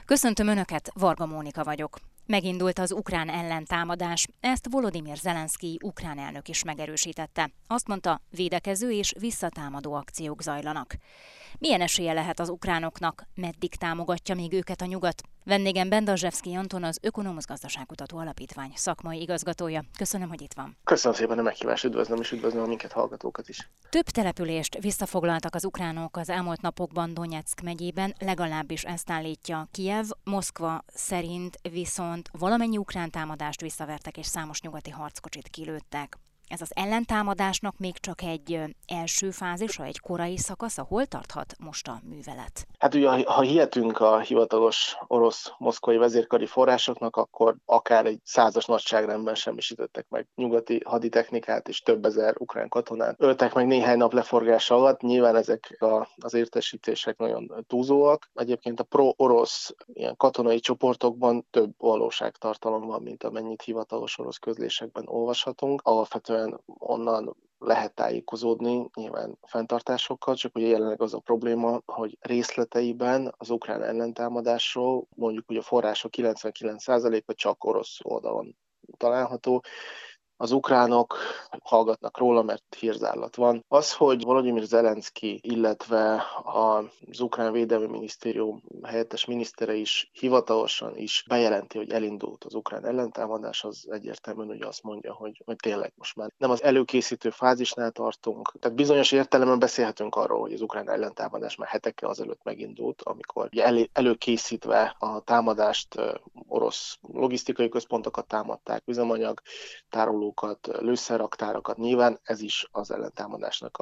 Köszöntöm Önöket, Varga Mónika vagyok. Megindult az ukrán ellentámadás, ezt Volodymyr Zelenszkij ukrán elnök is megerősítette. Azt mondta, védekező és visszatámadó akciók zajlanak. Milyen esélye lehet az ukránoknak, meddig támogatja még őket a nyugat? Vendégem Bendazsevszkij Anton, az Ökonomusz Gazdaságkutató Alapítvány szakmai igazgatója. Köszönöm, hogy itt van. Köszönöm szépen a meghívást, üdvözlöm a minket hallgatókat is. Több települést visszafoglaltak az ukránok az elmúlt napokban Donyeck megyében, legalábbis ezt állítja Kijev. Moszkva szerint viszont valamennyi ukrán támadást visszavertek és számos nyugati harckocsit kilőttek. Ez az ellentámadásnak még csak egy első fázisa, egy korai szakasza. Hol tarthat most a művelet? Hát ugye, ha hihetünk a hivatalos orosz moszkvai vezérkari forrásoknak, akkor akár egy 100-as nagyságrendben semmisítettek meg nyugati haditechnikát, és több ezer ukrán katonát öltek meg néhány nap leforgása alatt. Nyilván ezek az értesítések nagyon túlzóak. Egyébként a pro-orosz ilyen katonai csoportokban több valóságtartalom van, mint amennyit hivatalos orosz közlésekben olvashatunk. Alapvetően onnan lehet tájékozódni, nyilván fenntartásokkal, csak ugye jelenleg az a probléma, hogy részleteiben az ukrán ellentámadásról mondjuk, hogy a források 99%-a csak orosz oldalon található. Az ukránok hallgatnak róla, mert hírzállat van. Az, hogy Volodymyr Zelenszkij, illetve az ukrán védelmi minisztérium helyettes minisztere is hivatalosan is bejelenti, hogy elindult az ukrán ellentámadás, az egyértelműen ugye azt mondja, hogy tényleg most már nem az előkészítő fázisnál tartunk. Tehát bizonyos értelemben beszélhetünk arról, hogy az ukrán ellentámadás már hetekkel azelőtt megindult, amikor előkészítve a támadást orosz logisztikai központokat támadták, üzemanyag tárolókat, lőszerraktárakat, nyilván ez is az ellentámadásnak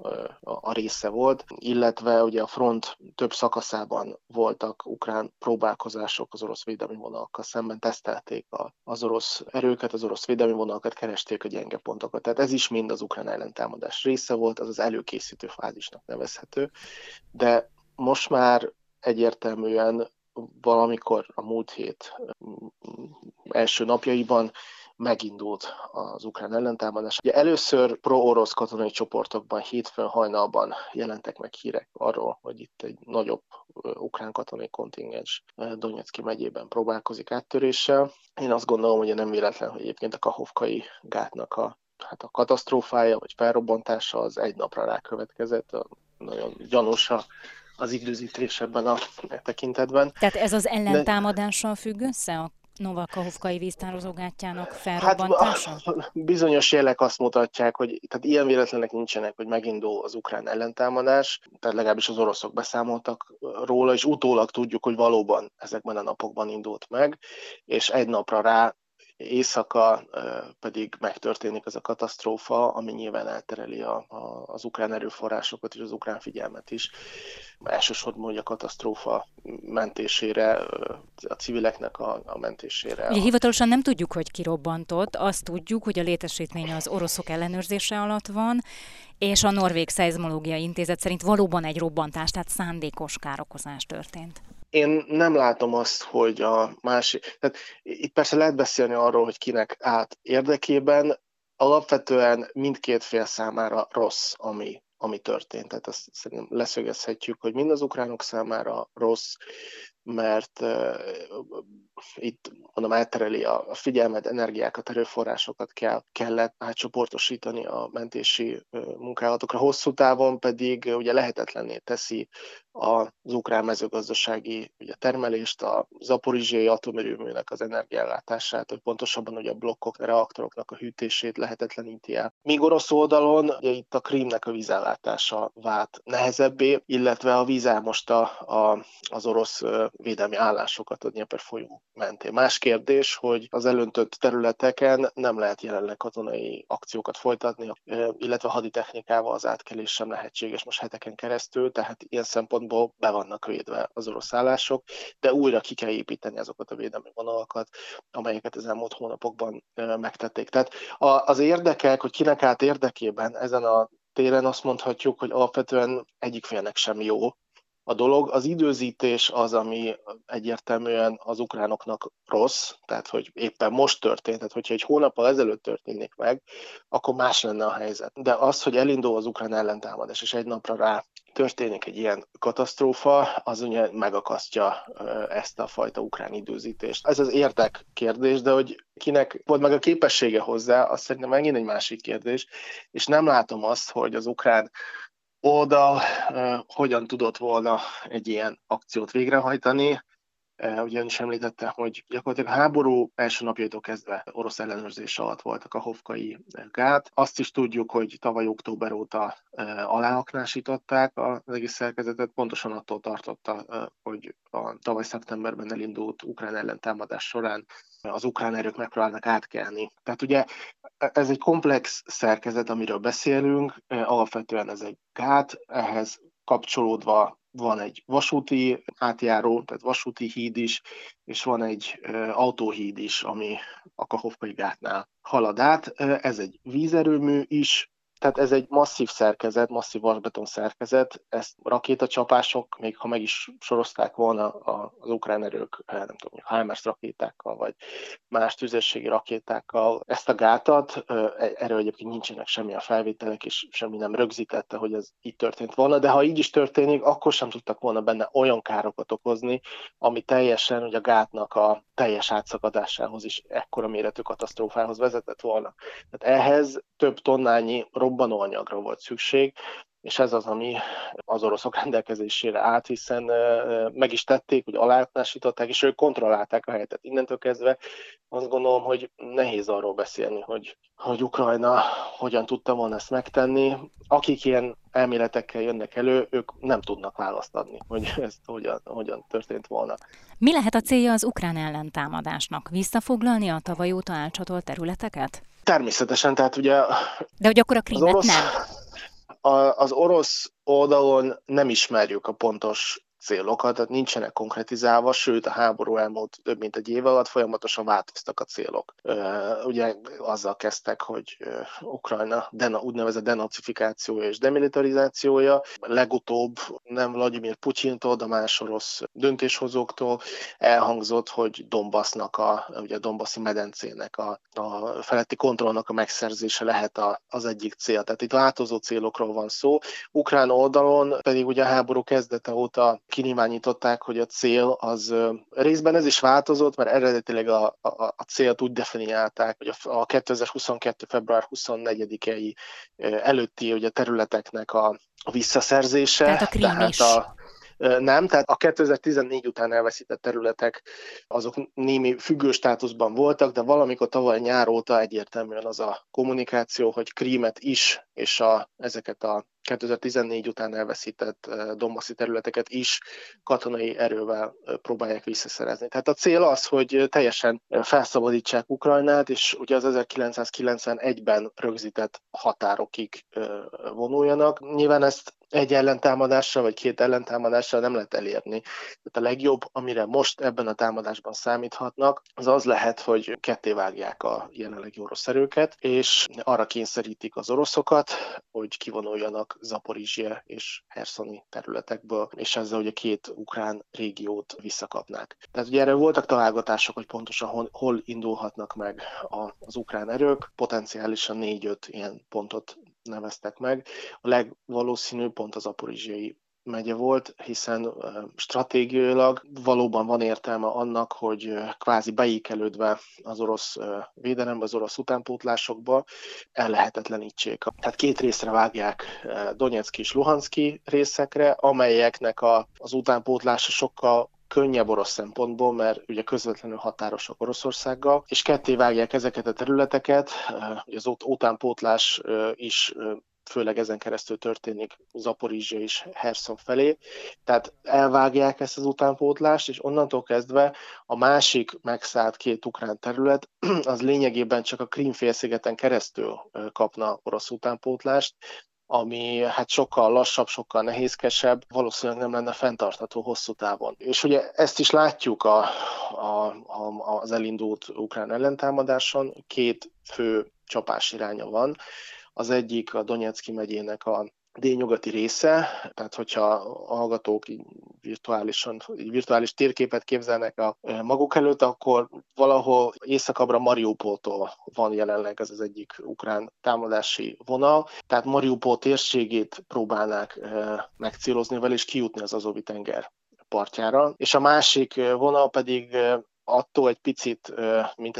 a része volt, illetve ugye a front több szakaszában voltak ukrán próbálkozások az orosz védelmi vonalakkal szemben, tesztelték az orosz erőket, az orosz védelmi vonalakat, keresték a gyenge pontokat. Tehát ez is mind az ukrán ellentámadás része volt, az előkészítő fázisnak nevezhető, de most már egyértelműen valamikor a múlt hét első napjaiban megindult az ukrán ellentámadás. Ugye először pro-orosz katonai csoportokban hétfőn hajnalban jelentek meg hírek arról, hogy itt egy nagyobb ukrán katonai kontingens Donyeck megyében próbálkozik áttöréssel. Én azt gondolom, hogy nem véletlen, hogy egyébként a Kahovkai gátnak a katasztrófája vagy felrobbantása az egy napra rákövetkezett. Nagyon gyanús az időzítés ebben a tekintetben. Tehát ez az ellentámadással függ össze, a Novakahovkai víztározógátjának felrobbantása? Hát, bizonyos jelek azt mutatják, hogy tehát ilyen véletlenek nincsenek, hogy megindul az ukrán ellentámadás, tehát legalábbis az oroszok beszámoltak róla, és utólag tudjuk, hogy valóban ezekben a napokban indult meg, és egy napra rá éjszaka pedig megtörténik ez a katasztrófa, ami nyilván eltereli az ukrán erőforrásokat és az ukrán figyelmet is. Elsősorban hogy a katasztrófa mentésére, a civileknek a mentésére. Ugye hivatalosan nem tudjuk, hogy ki robbantott, azt tudjuk, hogy a létesítmény az oroszok ellenőrzése alatt van, és a Norvég Szeizmológiai Intézet szerint valóban egy robbantás, tehát szándékos károkozás történt. Én nem látom azt, hogy a másik... Tehát itt persze lehet beszélni arról, hogy kinek állt érdekében, alapvetően mindkét fél számára rossz, ami történt. Tehát azt szerintem leszögezhetjük, hogy mind az ukránok számára rossz, mert itt mondom, eltereli a figyelmet, energiákat, erőforrásokat kellett átcsoportosítani a mentési munkálatokra. Hosszú távon pedig ugye lehetetlenné teszi az ukrán mezőgazdasági termelést, a zaporizsiai atomerőműnek az energiállátását, hogy pontosabban ugye a blokkok, a reaktoroknak a hűtését lehetetleníti el. Míg orosz oldalon ugye itt a Krímnek a vízellátása vált nehezebbé, illetve a víz elmosta az orosz védelmi állásokat a Dnyeper folyó mentén. Más kérdés, hogy az elöntött területeken nem lehet jelenleg katonai akciókat folytatni, illetve haditechnikával az átkelés sem lehetséges most heteken keresztül, tehát ilyen szempontból be vannak védve az orosz állások, de újra ki kell építeni azokat a védelmi vonalakat, amelyeket az elmúlt hónapokban megtették. Tehát az érdekek, hogy kinek állt érdekében ezen a téren azt mondhatjuk, hogy alapvetően egyik félnek sem jó a dolog. Az időzítés az, ami egyértelműen az ukránoknak rossz, tehát hogy éppen most történt, tehát hogyha egy hónappal ezelőtt történik meg, akkor más lenne a helyzet. De az, hogy elindul az ukrán ellentámadás, és egy napra rá történik egy ilyen katasztrófa, az ugye megakasztja ezt a fajta ukrán időzítést. Ez az érdek kérdés, de hogy kinek volt meg a képessége hozzá, az szerintem megint egy másik kérdés, és nem látom azt, hogy az ukrán oldal hogyan tudott volna egy ilyen akciót végrehajtani. Ugye ön is említette, hogy gyakorlatilag a háború első napjaitól kezdve orosz ellenőrzés alatt voltak a Hovkai gát. Azt is tudjuk, hogy tavaly október óta aláaknásították az egész szerkezetet, pontosan attól tartotta, hogy a tavaly szeptemberben elindult ukrán ellentámadás során az ukrán erők megpróbálnak átkelni. Tehát ugye ez egy komplex szerkezet, amiről beszélünk, alapvetően ez egy gát, ehhez kapcsolódva van egy vasúti átjáró, tehát vasúti híd is, és van egy autóhíd is, ami a Kahovkai gátnál halad át. Ez egy vízerőmű is, tehát ez egy masszív szerkezet, masszív vasbeton szerkezet, ezt rakétacsapások, még ha meg is sorozták volna az ukrán erők, nem tudom, HIMARS rakétákkal, vagy más tüzérségi rakétákkal ezt a gátat, erről egyébként nincsenek semmilyen felvételek, és semmi nem rögzítette, hogy ez így történt volna, de ha így is történik, akkor sem tudtak volna benne olyan károkat okozni, ami teljesen ugye a gátnak a teljes átszakadásához is ekkora méretű katasztrófához vezetett volna. Tehát ehhez több tonnányi robbanóanyagra volt szükség, és ez az, ami az oroszok rendelkezésére állt, hiszen meg is tették, hogy aláaknásították, és ők kontrollálták a helyzetet. Innentől kezdve azt gondolom, hogy nehéz arról beszélni, hogy Ukrajna hogyan tudta volna ezt megtenni. Akik ilyen elméletekkel jönnek elő, ők nem tudnak választ adni, hogy ez hogyan történt volna. Mi lehet a célja az ukrán ellentámadásnak? Visszafoglalni a tavaly óta elcsatolt területeket? Természetesen, tehát ugye... De hogy akkor a Krímet nem? Az orosz oldalon nem ismerjük a pontos célokat, tehát nincsenek konkretizálva, sőt a háború elmúlt több mint egy év alatt folyamatosan változtak a célok. Ugye azzal kezdtek, hogy Ukrajna úgynevezett denacifikációja és demilitarizációja. Legutóbb nem Vladimir Putyintól, de más orosz döntéshozóktól elhangzott, hogy Donbassnak ugye a Donbassi medencének a feletti kontrollnak a megszerzése lehet az egyik cél. Tehát itt változó célokról van szó. Ukrán oldalon pedig ugye a háború kezdete óta kinyilvánították, hogy a cél az részben ez is változott, mert eredetileg a célt úgy definiálták, hogy a 2022. február 24-i előtti ugye, területeknek a visszaszerzése. Tehát a Krím is. Nem, tehát a 2014 után elveszített területek azok némi függő státuszban voltak, de valamikor tavaly nyár óta egyértelműen az a kommunikáció, hogy Krímet is, és ezeket a 2014 után elveszített donbassi területeket is katonai erővel próbálják visszaszerezni. Tehát a cél az, hogy teljesen felszabadítsák Ukrajnát, és ugye az 1991-ben rögzített határokig vonuljanak. Nyilván ezt egy ellentámadással vagy két ellentámadással nem lehet elérni. Tehát a legjobb, amire most ebben a támadásban számíthatnak, az lehet, hogy kettévágják a jelenlegi orosz erőket, és arra kényszerítik az oroszokat, hogy kivonuljanak Zaporizsje és Herszoni területekből, és ezzel ugye két ukrán régiót visszakapnák. Tehát ugye erre voltak találgatások, hogy pontosan hol indulhatnak meg az ukrán erők, potenciálisan 4-5 ilyen pontot neveztek meg. A legvalószínűbb pont az zaporizsjai megye volt, hiszen stratégiailag valóban van értelme annak, hogy kvázi beékelődve az orosz védelembe, az orosz utánpótlásokba ellehetetlenítsék. Tehát két részre vágják Donyeck és Luhanszki részekre, amelyeknek az utánpótlása sokkal könnyebb orosz szempontból, mert ugye közvetlenül határosak Oroszországgal, és ketté vágják ezeket a területeket, ugye az utánpótlás is főleg ezen keresztül történik Zaporizsja és Herszon felé. Tehát elvágják ezt az utánpótlást, és onnantól kezdve a másik megszállt két ukrán terület, az lényegében csak a Krím-félszigeten keresztül kapna orosz utánpótlást, ami hát sokkal lassabb, sokkal nehézkesebb, valószínűleg nem lenne fenntartható hosszú távon. És ugye ezt is látjuk az elindult ukrán ellentámadáson, két fő csapás iránya van. Az egyik a Donyeck megyének a délnyugati része, tehát hogyha a hallgatók virtuális térképet képzelnek a maguk előtt, akkor valahol északabbra Mariupoltól van jelenleg ez az egyik ukrán támadási vonal, tehát Mariupol térségét próbálnák megcélozni vele, és kijutni az Azovi-tenger partjára, és a másik vonal pedig attól egy picit, mint egy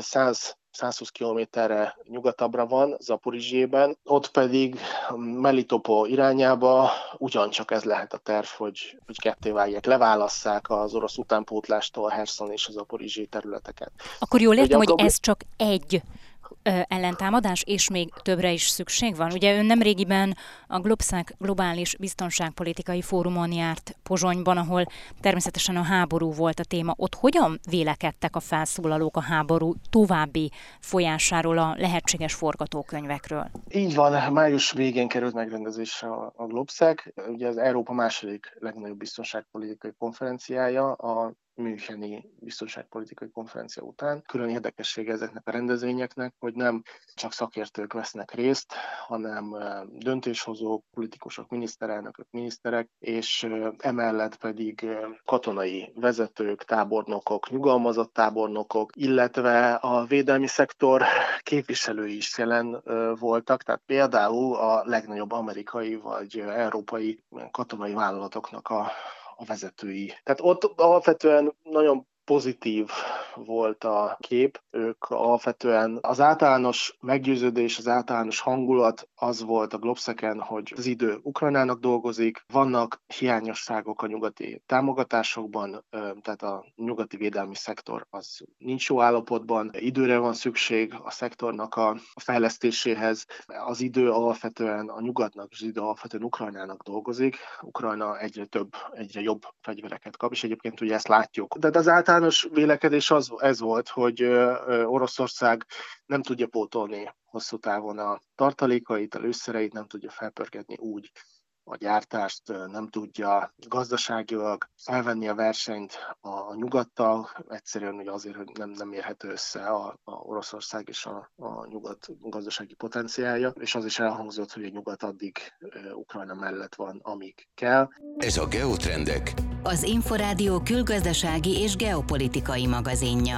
120 kilométerre nyugatabbra van, Zaporizsjében, ott pedig Melitopol irányába ugyancsak ez lehet a terv, hogy kettévágják, leválasszák az orosz utánpótlástól a Herszon és a Zaporizsjai területeket. Akkor jól értem, hogy ez csak egy ellentámadás, és még többre is szükség van? Ugye ön nemrégiben a Globsec globális biztonságpolitikai fórumon járt Pozsonyban, ahol természetesen a háború volt a téma. Ott hogyan vélekedtek a felszólalók a háború további folyásáról, a lehetséges forgatókönyvekről? Így van, május végén került megrendezésre a Globsec, ugye az Európa második legnagyobb biztonságpolitikai konferenciája, a Müncheni biztonságpolitikai konferencia után. Külön érdekessége ezeknek a rendezvényeknek, hogy nem csak szakértők vesznek részt, hanem döntéshozók, politikusok, miniszterelnökök, miniszterek, és emellett pedig katonai vezetők, tábornokok, nyugalmazott tábornokok, illetve a védelmi szektor képviselői is jelen voltak, tehát például a legnagyobb amerikai vagy európai katonai vállalatoknak a vezetői. Tehát ott alapvetően nagyon pozitív volt a kép. Ők alapvetően az általános meggyőződés, az általános hangulat az volt a Globsecen, hogy az idő Ukrajnának dolgozik, vannak hiányosságok a nyugati támogatásokban, tehát a nyugati védelmi szektor az nincs jó állapotban, időre van szükség a szektornak a fejlesztéséhez, az idő alapvetően a nyugatnak, az idő alapvetően Ukrajnának dolgozik, Ukrajna egyre jobb fegyvereket kap, és egyébként ugye ezt látjuk. De az általános vélekedés ez volt, hogy Oroszország nem tudja pótolni hosszú távon a tartalékait, a lőszereit, nem tudja felpörgetni úgy a gyártást, nem tudja gazdaságilag felvenni a versenyt a nyugattal, egyszerűen ugye azért, hogy nem érhető össze a Oroszország és a nyugat gazdasági potenciálja, és az is elhangzott, hogy a nyugat addig Ukrajna mellett van, amíg kell. Ez a Geotrendek, az Inforádió külgazdasági és geopolitikai magazinja.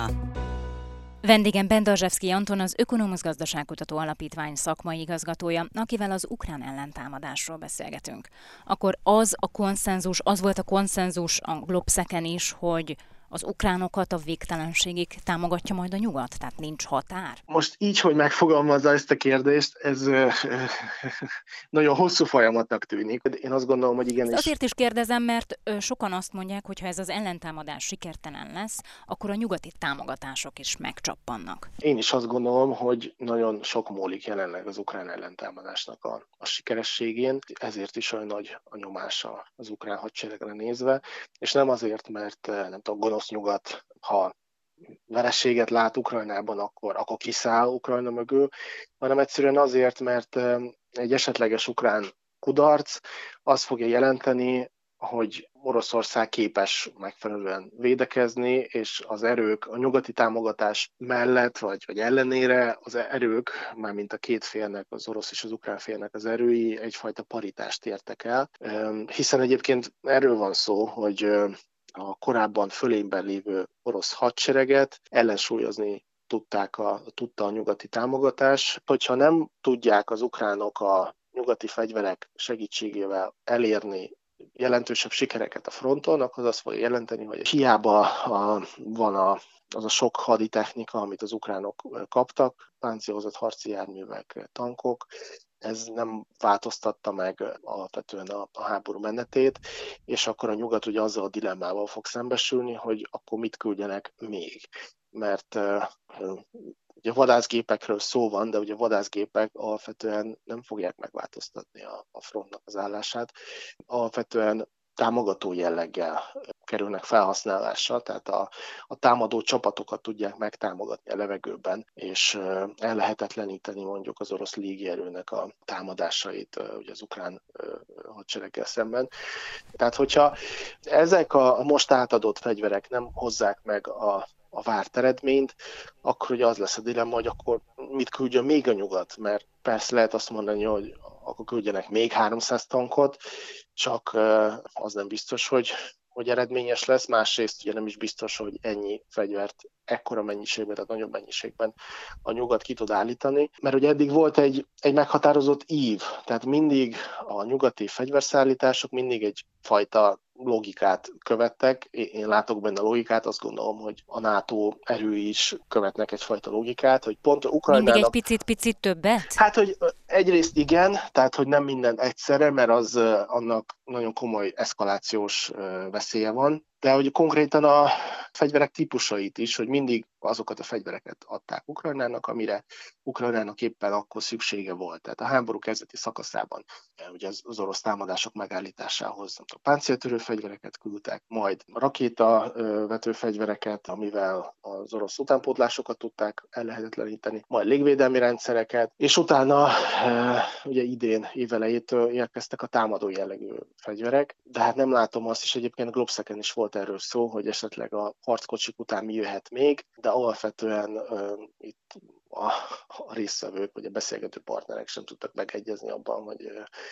Vendégem Bendarzsevszky Anton, az Ökonomusz Gazdaságkutató Alapítvány szakmai igazgatója, akivel az ukrán ellentámadásról beszélgetünk. Akkor az volt a konszenzus a Globsecen is, hogy az ukránokat a végtelenségig támogatja majd a nyugat? Tehát nincs határ? Most így, hogy megfogalmazza ezt a kérdést, ez nagyon hosszú folyamatnak tűnik. Én azt gondolom, hogy igenis... Azért is kérdezem, mert sokan azt mondják, hogy ha ez az ellentámadás sikertelen lesz, akkor a nyugati támogatások is megcsappannak. Én is azt gondolom, hogy nagyon sok múlik jelenleg az ukrán ellentámadásnak a sikerességén, ezért is olyan nagy a nyomása az ukrán hadseregre nézve, és nem azért, mert nem tudom, gonosz nyugat, ha vereséget lát Ukrajnában, akkor kiszáll Ukrajna mögül, hanem egyszerűen azért, mert egy esetleges ukrán kudarc azt fogja jelenteni, hogy Oroszország képes megfelelően védekezni, és az erők a nyugati támogatás mellett, vagy ellenére az erők, mármint a két félnek, az orosz és az ukrán félnek az erői egyfajta paritást értek el. Hiszen egyébként erről van szó, hogy a korábban fölényben lévő orosz hadsereget ellensúlyozni tudta a nyugati támogatás. Hogyha nem tudják az ukránok a nyugati fegyverek segítségével elérni jelentősebb sikereket a fronton, akkor az azt fogja jelenteni, hogy hiába van az a sok haditechnika, amit az ukránok kaptak, páncélozott harci járművek, tankok, ez nem változtatta meg alapvetően a háború menetét, és akkor a nyugat ugye azzal a dilemmával fog szembesülni, hogy akkor mit küldjenek még. Mert ugye vadászgépekről szó van, de ugye vadászgépek alapvetően nem fogják megváltoztatni a frontnak az állását. Alapvetően támogató jelleggel kerülnek felhasználásra, tehát a támadó csapatokat tudják megtámogatni a levegőben, és ellehetetleníteni mondjuk az orosz légierőnek a támadásait ugye az ukrán hadsereggel szemben. Tehát hogyha ezek a most átadott fegyverek nem hozzák meg a várt eredményt, akkor ugye az lesz a dilemma, hogy akkor mit küldjön még a nyugat, mert persze lehet azt mondani, hogy akkor küldjenek még 300 tankot, csak az nem biztos, hogy eredményes lesz. Másrészt ugye nem is biztos, hogy ennyi fegyvert ekkora mennyiségben, tehát nagyobb mennyiségben a nyugat ki tud állítani. Mert ugye eddig volt egy meghatározott ív, tehát mindig a nyugati fegyverszállítások mindig egyfajta logikát követtek. Én látok benne logikát, azt gondolom, hogy a NATO erői is követnek egyfajta logikát, hogy pont Ukrajnának... Mindig egy picit többet? Hát, hogy egyrészt igen, tehát, hogy nem minden egyszerre, mert az annak nagyon komoly eszkalációs veszélye van, de hogy konkrétan a fegyverek típusait is, hogy mindig azokat a fegyvereket adták Ukrajnának, amire Ukrajnának éppen akkor szüksége volt. Tehát a háború kezdeti szakaszában ugye az orosz támadások megállításához páncéltörő fegyvereket küldtek, majd rakétavető fegyvereket, amivel az orosz utánpótlásokat tudták ellehetetleníteni, majd légvédelmi rendszereket, és utána ugye idén évelejétől érkeztek a támadó jellegű fegyverek, de hát nem látom azt is, egyébként a Globsec-en is volt erről szó, hogy esetleg a harckocsik után mi jöhet még, de alapvetően itt a résztvevők, vagy a beszélgető partnerek sem tudtak megegyezni abban, hogy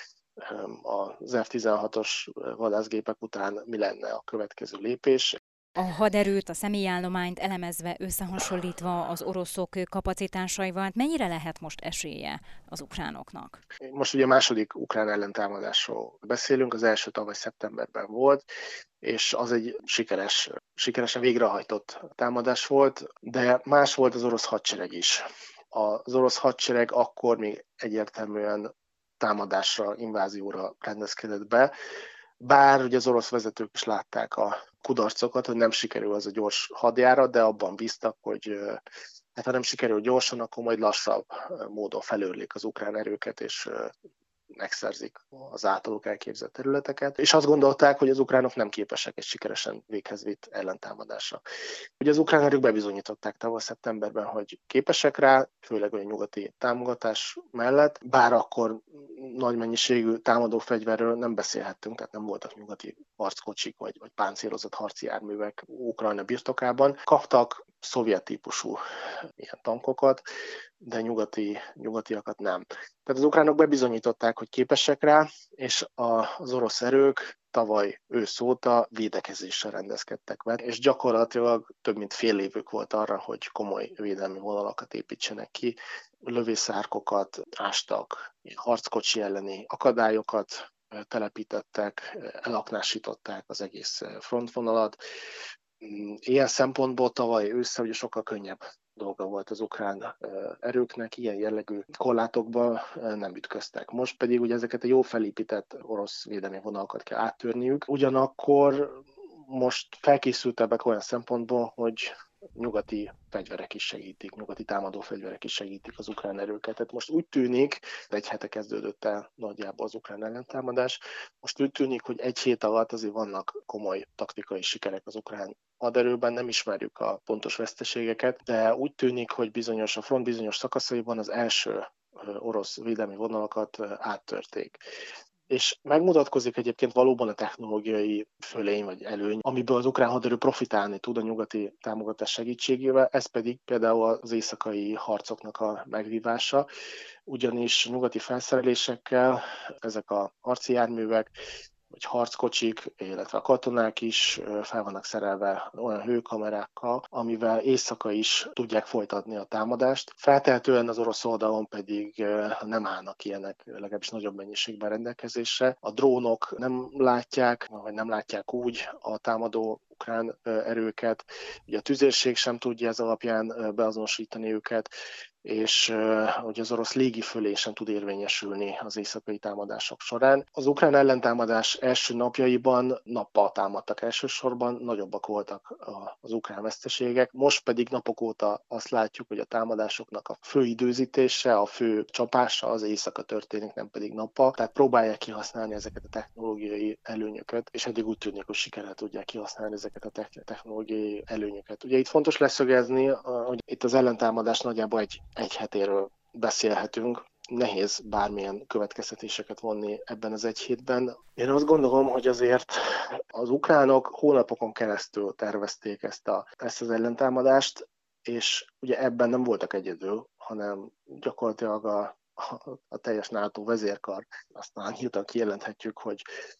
az F-16-os vadászgépek után mi lenne a következő lépés. A haderőt, a személyállományt elemezve, összehasonlítva az oroszok kapacitásaival, hát mennyire lehet most esélye az ukránoknak? Most ugye a második ukrán ellentámadásról beszélünk, az első tavaly szeptemberben volt, és az egy sikeresen végrehajtott támadás volt, de más volt az orosz hadsereg is. Az orosz hadsereg akkor még egyértelműen támadásra, invázióra rendezkedett be, bár ugye az orosz vezetők is látták a kudarcokat, hogy nem sikerül az a gyors hadjárat, de abban bíztak, hogy hát ha nem sikerül gyorsan, akkor majd lassabb módon felőrlik az ukrán erőket, és megszerzik az általuk elképzelt területeket, és azt gondolták, hogy az ukránok nem képesek egy sikeresen véghez vitt ellentámadásra. Ugye az ukrán erők bebizonyították tavaly szeptemberben, hogy képesek rá, főleg a nyugati támogatás mellett, bár akkor nagy mennyiségű támadó fegyverről nem beszélhettünk, tehát nem voltak nyugati harckocsik vagy páncélozott harci járművek Ukrajna birtokában. Kaptak szovjet típusú ilyen tankokat, de nyugatiakat nem. Tehát az ukránok bebizonyították, hogy képesek rá, és az orosz erők tavaly ősz óta védekezésre rendezkedtek meg, és gyakorlatilag több mint fél évük volt arra, hogy komoly védelmi vonalakat építsenek ki, lövészárkokat ástak, harckocsi elleni akadályokat telepítettek, elaknásították az egész frontvonalat. Ilyen szempontból tavaly ősszel ugye sokkal könnyebb dolga volt az ukrán erőknek, ilyen jellegű korlátokba nem ütköztek. Most pedig ugye ezeket a jó felépített orosz védelmi vonalakat kell áttörniük. Ugyanakkor most felkészültebbek olyan szempontból, hogy nyugati fegyverek is segítik, nyugati támadó fegyverek is segítik az ukrán erőket. Tehát most úgy tűnik, egy hete kezdődött el nagyjából az ukrán ellentámadás, most úgy tűnik, hogy egy hét alatt azért vannak komoly taktikai sikerek az ukrán haderőben, nem ismerjük a pontos veszteségeket, de úgy tűnik, hogy a front bizonyos szakaszaiban az első orosz védelmi vonalakat áttörték. És megmutatkozik egyébként valóban a technológiai fölény vagy előny, amiből az ukrán haderő profitálni tud a nyugati támogatás segítségével, ez pedig például az éjszakai harcoknak a megvívása, ugyanis nyugati felszerelésekkel ezek a harci járművek vagy harckocsik, illetve a katonák is fel vannak szerelve olyan hőkamerákkal, amivel éjszaka is tudják folytatni a támadást. Feltehetően az orosz oldalon pedig nem állnak ilyenek, legalábbis nagyobb mennyiségben rendelkezésre. A drónok nem látják, vagy nem látják úgy a támadó ukrán erőket. Ugye a tüzérség sem tudja ez alapján beazonosítani őket, és hogy az orosz légifölé sem tud érvényesülni az éjszakai támadások során. Az ukrán ellentámadás első napjaiban nappal támadtak elsősorban, nagyobbak voltak az ukrán veszteségek. Most pedig napok óta azt látjuk, hogy a támadásoknak a fő időzítése, a fő csapása az éjszaka történik, nem pedig nappal. Tehát próbálják kihasználni ezeket a technológiai előnyöket, és eddig úgy tűnik, hogy sikerrel tudják kihasználni ezeket a technológiai előnyöket. Ugye itt fontos leszögezni, hogy itt az ellentámadás nagyjából egy hetéről beszélhetünk. Nehéz bármilyen következtetéseket vonni ebben az egy hétben. Én azt gondolom, hogy azért az ukránok hónapokon keresztül tervezték ezt az ellentámadást, és ugye ebben nem voltak egyedül, hanem gyakorlatilag a teljes NATO vezérkar. Aztán nyíltan kijelenthetjük, hogy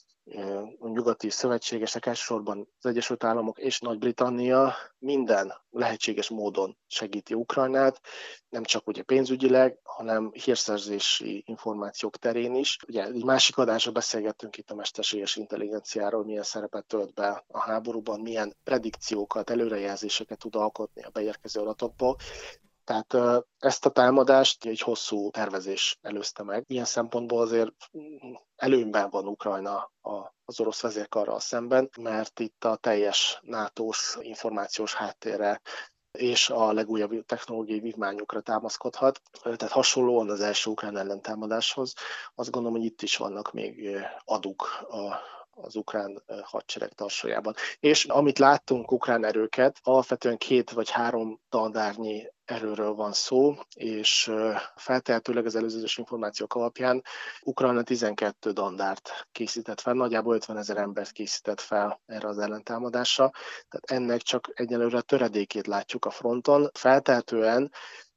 a nyugati szövetségesek, elsősorban az Egyesült Államok és Nagy-Britannia minden lehetséges módon segíti Ukrajnát, nem csak ugye pénzügyileg, hanem hírszerzési információk terén is. Ugye egy másik adásra beszélgettünk itt a mesterséges intelligenciáról, milyen szerepet tölt be a háborúban, milyen predikciókat, előrejelzéseket tud alkotni a beérkező adatokból. Tehát ezt a támadást egy hosszú tervezés előzte meg. Ilyen szempontból azért előnyben van Ukrajna az orosz vezérkarral szemben, mert itt a teljes NATO-s információs háttérre és a legújabb technológiai vívmányokra támaszkodhat. Tehát hasonlóan az első ukrán ellentámadáshoz azt gondolom, hogy itt is vannak még aduk az ukrán hadsereg tarsajában. És amit láttunk ukrán erőket, alapvetően 2 vagy 3 dandárnyi erőről van szó, és feltehetőleg az előzetes információk alapján Ukrajna 12 dandárt készített fel, nagyjából 50 000 embert készített fel erre az ellentámadásra, tehát ennek csak egyelőre a töredékét látjuk a fronton. Feltehetően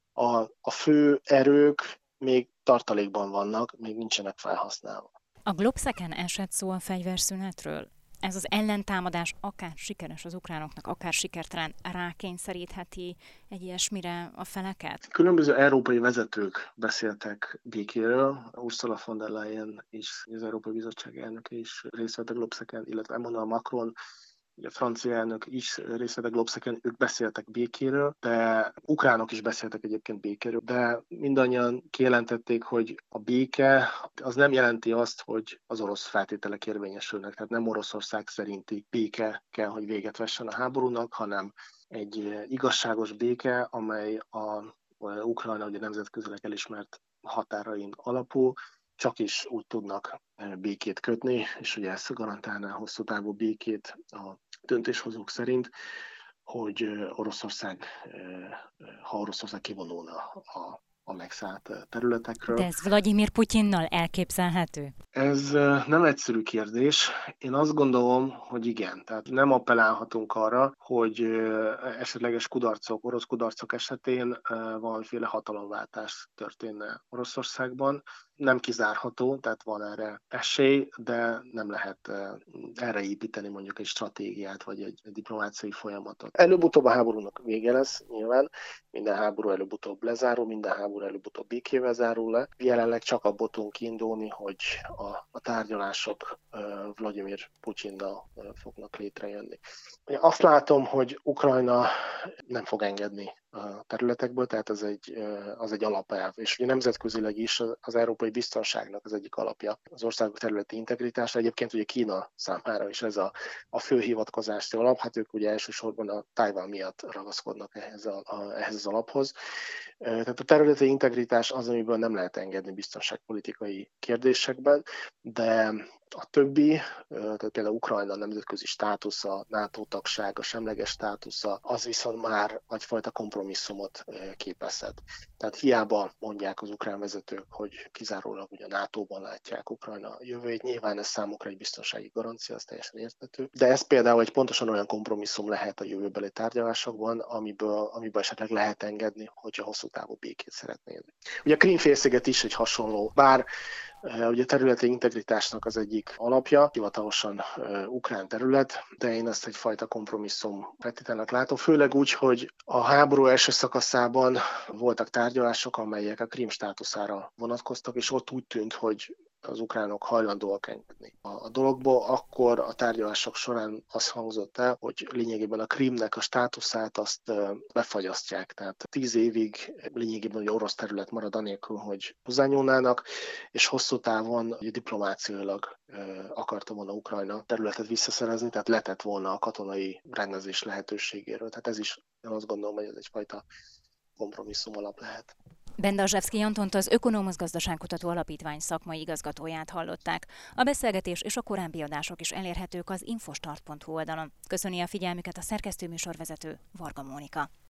a fő erők még tartalékban vannak, még nincsenek felhasználva. A Globseken esett szó a fegyverszünetről. Ez az ellentámadás akár sikeres az ukránoknak, akár sikertelen, rákényszerítheti egy ilyesmire a feleket? Különböző európai vezetők beszéltek békéről. Ursula von der Leyen is, az Európai Bizottság elnöke is részt vett a Globseken, illetve Emmanuel Macron, a francia elnök is részt vett a Globseken, ők beszéltek békéről, de ukránok is beszéltek egyébként békéről, de mindannyian kijelentették, hogy a béke az nem jelenti azt, hogy az orosz feltételek érvényesülnek, tehát nem Oroszország szerinti béke kell, hogy véget vessen a háborúnak, hanem egy igazságos béke, amely a Ukrajna ugye nemzetközileg elismert határain alapul, csak is úgy tudnak békét kötni, és ugye ezt garantálná hosszú távú békét a döntéshozók szerint, hogy ha Oroszország kivonulna a megszállt területekről. De ez Vladimir Putyinnal elképzelhető? Ez nem egyszerű kérdés. Én azt gondolom, hogy igen. Tehát nem appellálhatunk arra, hogy esetleges orosz kudarcok esetén valamiféle hatalomváltás történne Oroszországban. Nem kizárható, tehát van erre esély, de nem lehet erre építeni mondjuk egy stratégiát, vagy egy diplomáciai folyamatot. Előbb-utóbb a háborúnak vége lesz, nyilván. Minden háború előbb-utóbb lezárul, minden háború előbb-utóbb békével zárul le. Jelenleg csak abból tudunk kiindulni, hogy a tárgyalások Vladimir Putyinnal fognak létrejönni. Azt látom, hogy Ukrajna nem fog engedni a területekből, tehát az egy alapelv. És ugye nemzetközileg is az európai biztonságnak az egyik alapja az országok területi integritása. Egyébként ugye Kína számára is ez a fő hivatkozási alap, hát ők ugye elsősorban a Tajvan miatt ragaszkodnak ehhez az alaphoz. Tehát a területi integritás az, amiből nem lehet engedni biztonságpolitikai kérdésekben, de a többi, tehát például Ukrajna nemzetközi státusza, NATO tagsága, semleges státusza, az viszont már egyfajta kompromisszumot képezhet. Tehát hiába mondják az ukrán vezetők, hogy kizárólag ugye a NATO-ban látják Ukrajna jövőjét, nyilván ez számukra egy biztonsági garancia, az teljesen érthető. De ez például egy pontosan olyan kompromisszum lehet a jövőbeli tárgyalásokban, amiből esetleg lehet engedni, hogyha hosszú távú békét szeretnének. Ugye a Krím-félsziget is egy hasonló, bár ugye a területi integritásnak az egyik alapja, hivatalosan ukrán terület, de én ezt egyfajta kompromisszum feltételnek látom, főleg úgy, hogy a háború első szakaszában voltak tárgyalások, amelyek a Krím státuszára vonatkoztak, és ott úgy tűnt, hogy az ukránok hajlandóak engedni a dologból, akkor a tárgyalások során az hangzott el, hogy lényegében a Krímnek a státuszát azt befagyasztják, tehát 10 évig lényegében egy orosz terület marad anélkül, hogy hozzányúlnának, és hosszú távon diplomáciailag akarta volna Ukrajna területet visszaszerezni, tehát letett volna a katonai rendezés lehetőségéről. Tehát ez is, én azt gondolom, hogy ez egyfajta kompromisszum alap lehet. Bendazsevszky Antont, az Ökonomusz Gazdaságkutató Alapítvány szakmai igazgatóját hallották. A beszélgetés és a korábbi adások is elérhetők az infostart.hu oldalon. Köszöni a figyelmüket a szerkesztőműsorvezető Varga Mónika.